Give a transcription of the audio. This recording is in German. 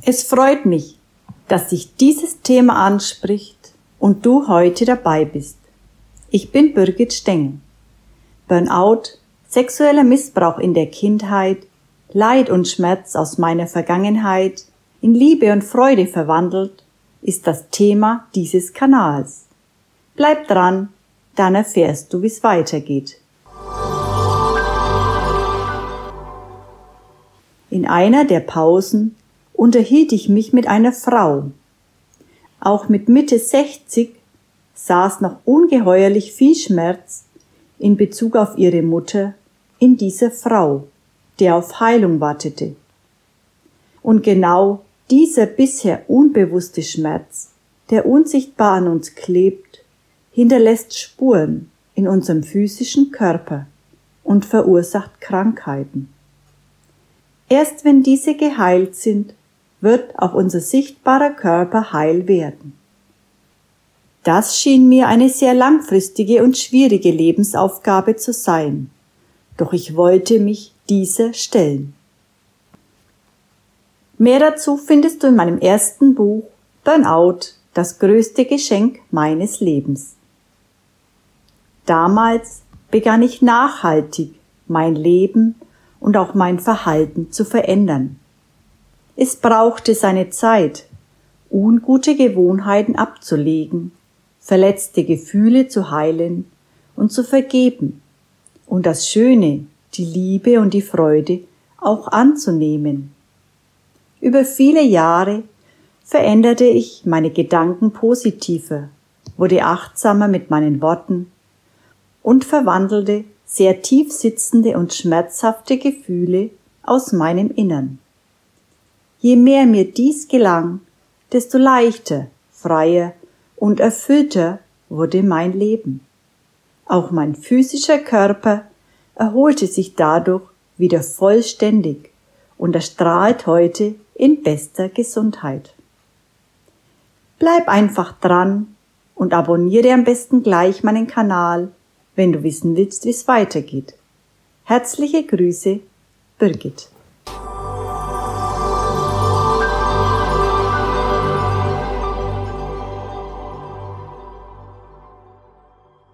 Es freut mich, dass dich dieses Thema anspricht und du heute dabei bist. Ich bin Birgit Stengel. Burnout, sexueller Missbrauch in der Kindheit, Leid und Schmerz aus meiner Vergangenheit in Liebe und Freude verwandelt, ist das Thema dieses Kanals. Bleib dran, dann erfährst du, wie es weitergeht. In einer der Pausen unterhielt ich mich mit einer Frau. Auch mit Mitte 60 saß noch ungeheuerlich viel Schmerz in Bezug auf ihre Mutter in dieser Frau, der auf Heilung wartete. Und genau dieser bisher unbewusste Schmerz, der unsichtbar an uns klebt, hinterlässt Spuren in unserem physischen Körper und verursacht Krankheiten. Erst wenn diese geheilt sind, wird auch unser sichtbarer Körper heil werden. Das schien mir eine sehr langfristige und schwierige Lebensaufgabe zu sein, doch ich wollte mich dieser stellen. Mehr dazu findest du in meinem ersten Buch Burnout, das größte Geschenk meines Lebens. Damals begann ich nachhaltig mein Leben und auch mein Verhalten zu verändern. Es brauchte seine Zeit, ungute Gewohnheiten abzulegen, verletzte Gefühle zu heilen und zu vergeben und das Schöne, die Liebe und die Freude auch anzunehmen. Über viele Jahre veränderte ich meine Gedanken positiver, wurde achtsamer mit meinen Worten und verwandelte sehr tief sitzende und schmerzhafte Gefühle aus meinem Innern. Je mehr mir dies gelang, desto leichter, freier und erfüllter wurde mein Leben. Auch mein physischer Körper erholte sich dadurch wieder vollständig und erstrahlt heute in bester Gesundheit. Bleib einfach dran und abonniere am besten gleich meinen Kanal, wenn du wissen willst, wie es weitergeht. Herzliche Grüße, Birgit.